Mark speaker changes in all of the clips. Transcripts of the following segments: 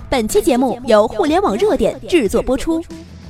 Speaker 1: 本期节目由互联网热点制作播出。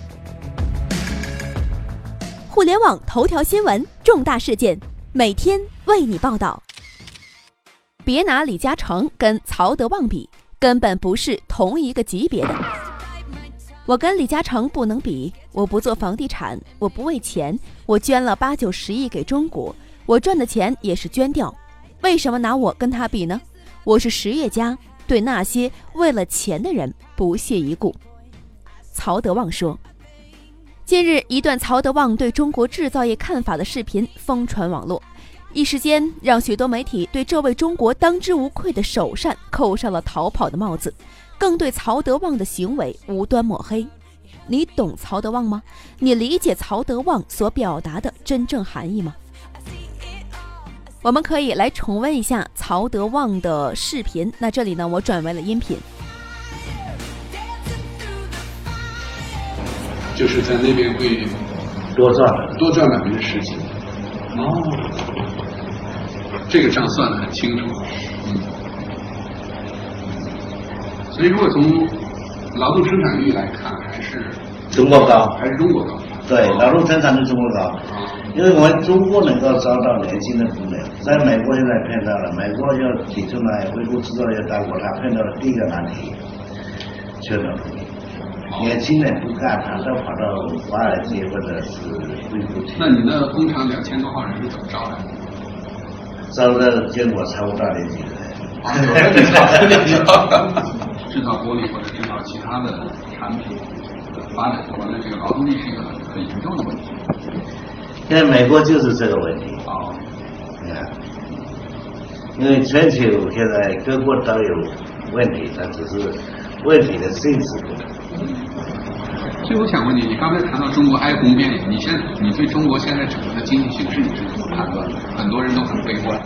Speaker 1: 互联网头条新闻，重大事件，每天为你报道。别拿李嘉诚跟曹德旺比，根本不是同一个级别的。我跟李嘉诚不能比，我不做房地产，我不为钱，我捐了8、9、10亿给中国，我赚的钱也是捐掉。为什么拿我跟他比呢？我是实业家，对那些为了钱的人不屑一顾。曹德旺说。近日，一段曹德旺对中国制造业看法的视频疯传网络，一时间让许多媒体对这位中国当之无愧的首善扣上了逃跑的帽子，更对曹德旺的行为无端抹黑。你懂曹德旺吗？你理解曹德旺所表达的真正含义吗？我们可以来重温一下曹德旺的视频，那这里呢，我转为了音频。
Speaker 2: 就是在那边会多赚10%。这个账算得很清楚。所以如果从劳动生产率来看，还是
Speaker 3: 中国高，对，劳动生产率中国高。因为我们中国能够招到年轻的工人，在美国现在碰到了，美国要提出来恢复制造业大国，他碰到了第一个难题，缺少福利。年轻人不干，他都跑到华尔街或者是硅谷去。
Speaker 2: 那你的工厂2000多号人是怎么招的？
Speaker 3: 招的结果差不多年纪的人。
Speaker 2: 制造玻璃或者制造其他的产品发展完了，这个劳动力是一个很严重的问题。
Speaker 3: 现在美国就是这个问题。因为全球现在各国都有问题，它只是问题的性质不同。
Speaker 2: 所以我想问你，你刚才谈到中国哀鸿遍野，你对中国现在整个的经济形势你是怎么判断的？很多人都很悲观。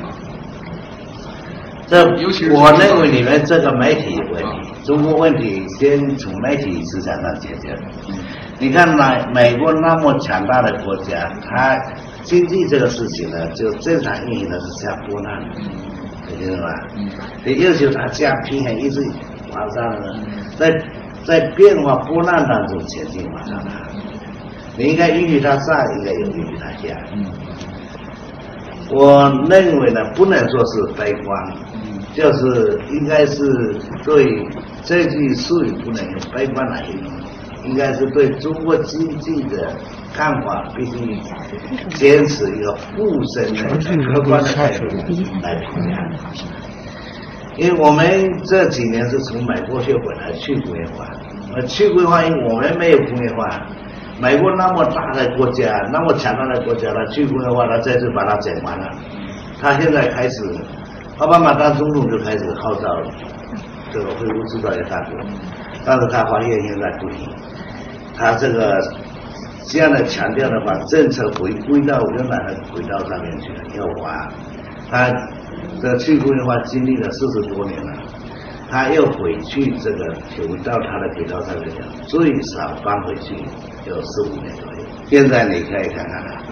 Speaker 2: 尤其是
Speaker 3: 我认为你们这个媒体有问题，中国问题先从媒体市场上解决。你看美国那么强大的国家，它经济这个事情呢，就正常运行的是下波浪的，你知道吗？你要求它这样平衡一直往上呢，在变化波浪当中前进往上爬，你应该允许它上，应该有允许它下。我认为呢，不能说是悲观，就是应该是对这句术语不能用悲观来形容，应该是对中国经济的看法必须坚持一个负深的客观的态度来评价。因为我们这几年是从美国学回来去工业化，去工业化，因为我们没有工业化，美国那么大的国家，那么强大的国家，他去工业化，他这次把它整完了。他现在开始，奥巴马当总统就开始号召这个恢复制造业大国，但是他发现现在不行，他这样的强调的话，政策回归到原来的轨道上面去了，要还他这去工业化经历了40多年了，他又回去这个回到他的轨道上面讲，最少搬回去有4、5年左右。现在你可以看看，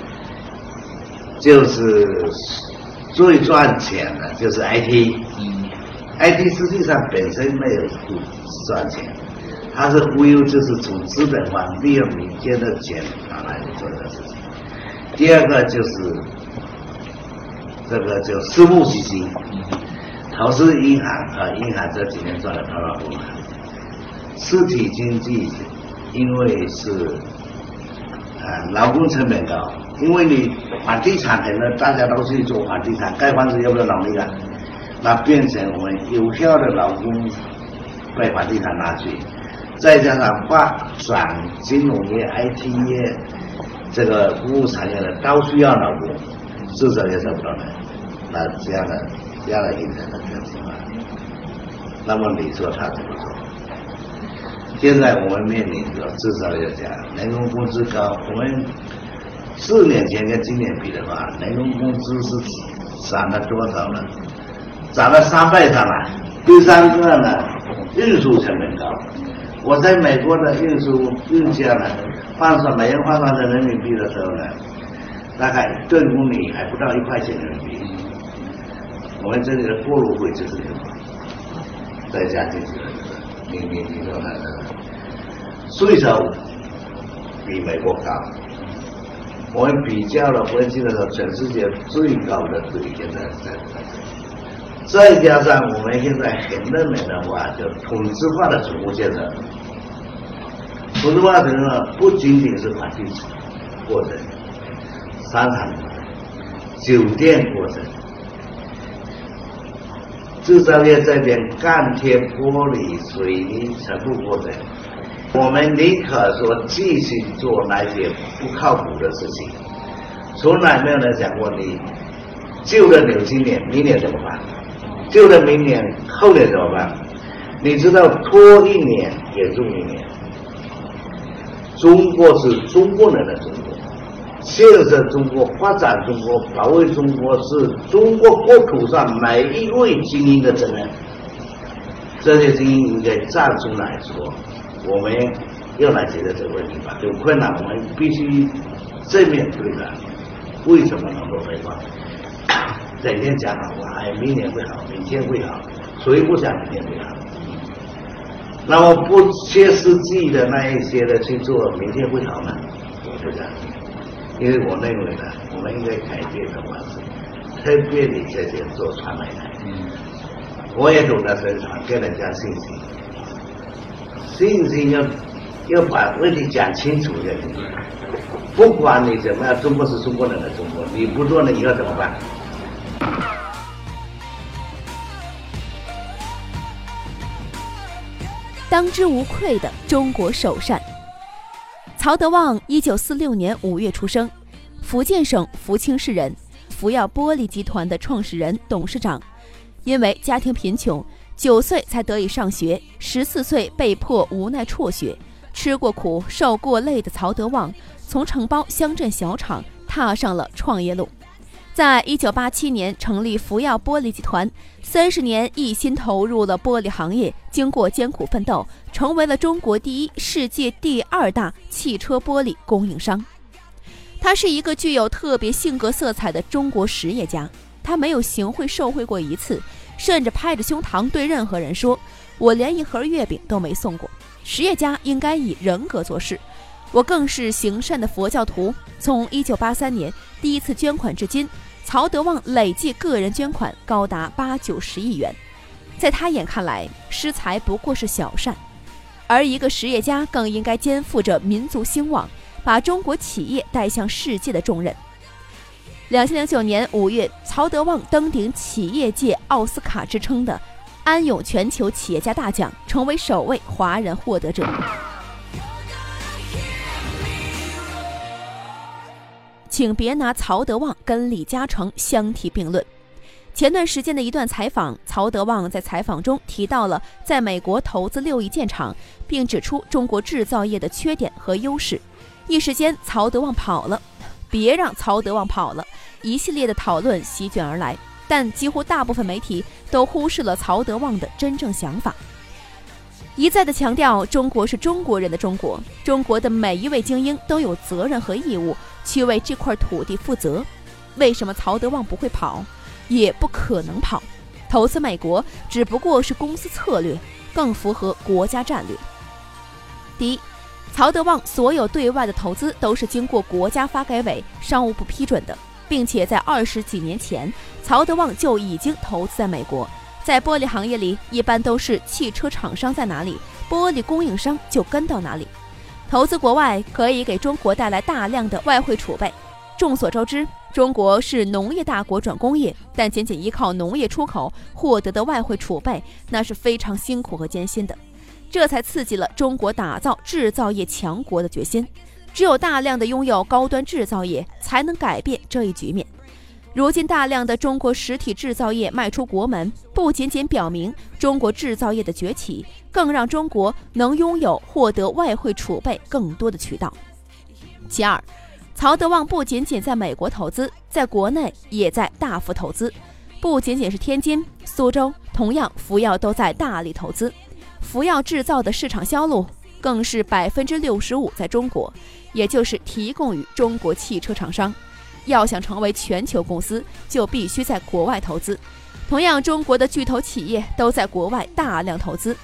Speaker 3: 就是最赚钱的就是 IT，IT 实际上本身没有不赚钱，它是忽悠，就是从资本方利用民间的钱拿来做这个事情。第二个就是这个叫私募基金，投资银行银行这几年赚了滔滔不满。实体经济因为是劳工成本高，因为你房地产可能大家都去做房地产，盖房子要不要劳力啊？那变成我们有效的劳工被房地产拿去，再加上转金融业、IT 业这个服务产业的都需要劳工，制造业找不到人，那这样的形成的情况，那么你说他怎么做？现在我们面临着制造业讲人工工资高，我们4年前跟今年比的话，人工工资是涨了多少呢？涨了3倍上来。第三个呢，运输成本高。我在美国的运价呢，每人换算成人民币的时候呢，大概1吨公里还不到1块钱人民币。我们这里的过路费就是6块，再加进去了。 你说那个税收比美国高，我们比较了分析的时候，全世界最高的税现在在。再加上我们现在很认为的话，就同质化的宠物建设，同质化建设不仅仅是房地产过程、商场过程、酒店过程，制造业这边钢铁、玻璃、水泥全部过程，我们宁可说继续做那些不靠谱的事情，从来没有人讲过你旧的牛今年明年怎么办？旧的明年后年怎么办？你知道拖一年也重一年。中国是中国人的中国，建设中国、发展中国、保卫中国是中国国土上每一位精英的责任。这些精英应该站出来说，我们要来解决这个问题吧。有困难我们必须正面对待。为什么能够废话？整天讲好话，明年会好，明天会好，谁不想明天会好？那么不切实际的那一些的去做，明天会好呢？我不相信，因为我认为呢，我们应该改变的方式，特别你这些做传媒的，我也懂得生产，给人家信心，信心要把问题讲清楚就行。不管你怎么样，中国是中国人的中国，你不做了以后怎么办？
Speaker 1: 当之无愧的中国首善。曹德旺1946年5月出生，福建省福清市人，福耀玻璃集团的创始人、董事长。因为家庭贫穷，9岁才得以上学，14岁被迫无奈辍学。吃过苦、受过累的曹德旺，从承包乡镇小厂踏上了创业路。在1987年成立福耀玻璃集团，30年一心投入了玻璃行业，经过艰苦奋斗，成为了中国第一、世界第2大汽车玻璃供应商。他是一个具有特别性格色彩的中国实业家，他没有行贿受贿过一次，甚至拍着胸膛对任何人说：“我连一盒月饼都没送过。”实业家应该以人格做事。我更是行善的佛教徒，从1983年第一次捐款至今，曹德旺累计个人捐款高达80-90亿元。在他眼看来，施财不过是小善，而一个实业家更应该肩负着民族兴旺，把中国企业带向世界的重任。2009年5月，曹德旺登顶企业界奥斯卡之称的安永全球企业家大奖，成为首位华人获得者。请别拿曹德旺跟李嘉诚相提并论。前段时间的一段采访，曹德旺在采访中提到了在美国投资6亿建厂，并指出中国制造业的缺点和优势。一时间，曹德旺跑了，别让曹德旺跑了，一系列的讨论席卷而来，但几乎大部分媒体都忽视了曹德旺的真正想法。一再的强调，中国是中国人的中国，中国的每一位精英都有责任和义务去为这块土地负责。为什么曹德旺不会跑，也不可能跑？投资美国只不过是公司策略，更符合国家战略。第一，曹德旺所有对外的投资都是经过国家发改委、商务部批准的，并且在20几年前，曹德旺就已经投资在美国。在玻璃行业里，一般都是汽车厂商在哪里，玻璃供应商就跟到哪里。投资国外可以给中国带来大量的外汇储备。众所周知，中国是农业大国转工业，但仅仅依靠农业出口获得的外汇储备，那是非常辛苦和艰辛的。这才刺激了中国打造制造业强国的决心。只有大量的拥有高端制造业，才能改变这一局面。如今大量的中国实体制造业迈出国门，不仅仅表明中国制造业的崛起，更让中国能拥有获得外汇储备更多的渠道。其二，曹德旺不仅仅在美国投资，在国内也在大幅投资。不仅仅是天津、苏州，同样福耀都在大力投资。福耀制造的市场销路更是65%在中国，也就是提供于中国汽车厂商。要想成为全球公司，就必须在国外投资。同样，中国的巨头企业都在国外大量投资。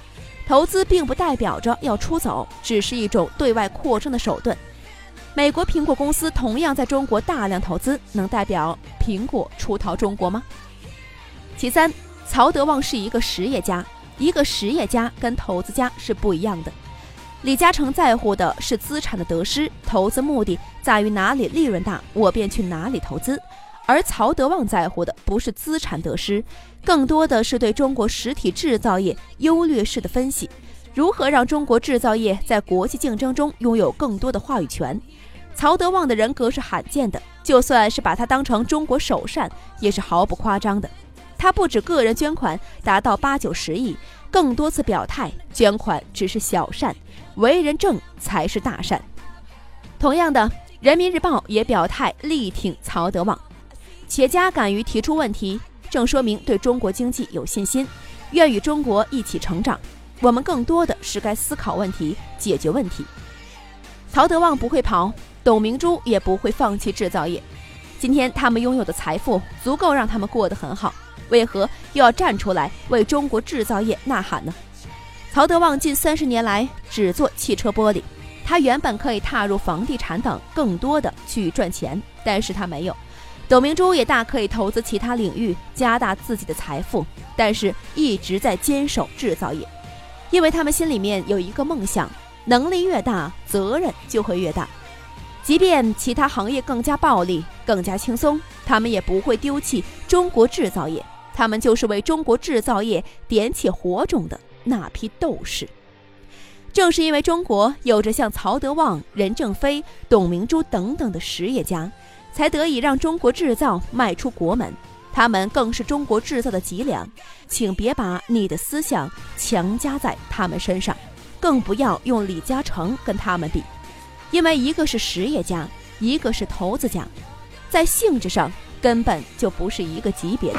Speaker 1: 投资并不代表着要出走，只是一种对外扩张的手段。美国苹果公司同样在中国大量投资，能代表苹果出逃中国吗？其三，曹德旺是一个实业家，一个实业家跟投资家是不一样的。李嘉诚在乎的是资产的得失，投资目的在于哪里利润大，我便去哪里投资。而曹德旺在乎的不是资产得失，更多的是对中国实体制造业优劣势的分析，如何让中国制造业在国际竞争中拥有更多的话语权。曹德旺的人格是罕见的，就算是把他当成中国首善，也是毫不夸张的。他不止个人捐款达到80-90亿，更多次表态，捐款只是小善，为人正才是大善。同样的，人民日报也表态力挺曹德旺。企业家敢于提出问题，正说明对中国经济有信心，愿与中国一起成长。我们更多的是该思考问题，解决问题。曹德旺不会跑，董明珠也不会放弃制造业。今天他们拥有的财富足够让他们过得很好，为何又要站出来为中国制造业呐喊呢？曹德旺近30年来只做汽车玻璃，他原本可以踏入房地产等更多的去赚钱，但是他没有。董明珠也大可以投资其他领域，加大自己的财富，但是一直在坚守制造业，因为他们心里面有一个梦想，能力越大，责任就会越大。即便其他行业更加暴利，更加轻松，他们也不会丢弃中国制造业，他们就是为中国制造业点起火种的那批斗士。正是因为中国有着像曹德旺、任正非、董明珠等等的实业家，才得以让中国制造迈出国门，他们更是中国制造的脊梁。请别把你的思想强加在他们身上，更不要用李嘉诚跟他们比，因为一个是实业家，一个是投资家，在性质上根本就不是一个级别的。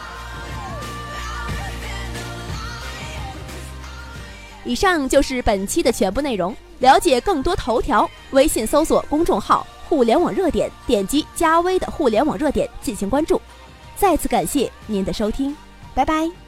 Speaker 1: 以上就是本期的全部内容，了解更多头条，微信搜索公众号互联网热点，点击加微的互联网热点进行关注。再次感谢您的收听，拜拜。